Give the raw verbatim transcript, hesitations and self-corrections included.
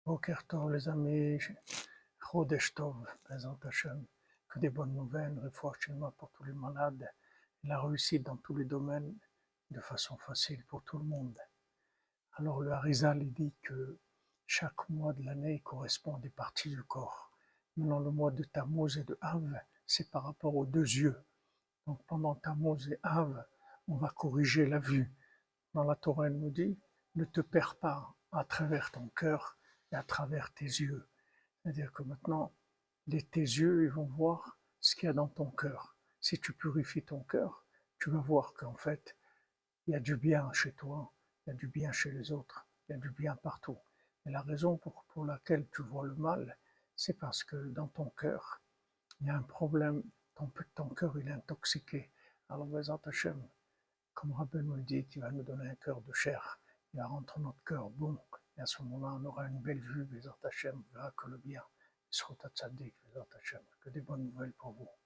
Boker Tov, les amis, Chodesh Tov, Bezrat Hashem, que des bonnes nouvelles, Refoua Shelema pour tous les malades, la réussite dans tous les domaines, de façon facile pour tout le monde. Alors le Harizal il dit que chaque mois de l'année correspond à des parties du corps. Maintenant le mois de Tammuz et de Av, c'est par rapport aux deux yeux. Donc pendant Tammuz et Av, on va corriger la vue. Dans la Torah, elle nous dit, ne te perds pas à travers ton cœur et à travers tes yeux. C'est-à-dire que maintenant, les, tes yeux ils vont voir ce qu'il y a dans ton cœur. Si tu purifies ton cœur, tu vas voir qu'en fait, il y a du bien chez toi, il y a du bien chez les autres, il y a du bien partout. Et la raison pour, pour laquelle tu vois le mal, c'est parce que dans ton cœur, il y a un problème, ton, ton cœur il est intoxiqué. Alors, Bezrat Hashem, comme Rabbi me dit, tu vas nous donner un cœur de chair, il va rentrer notre cœur bon, et à ce moment-là, on aura une belle vue, Bezrat Hashem, on verra que le bien, Srota Tzadik, Bezrat Hashem, que des bonnes nouvelles pour vous.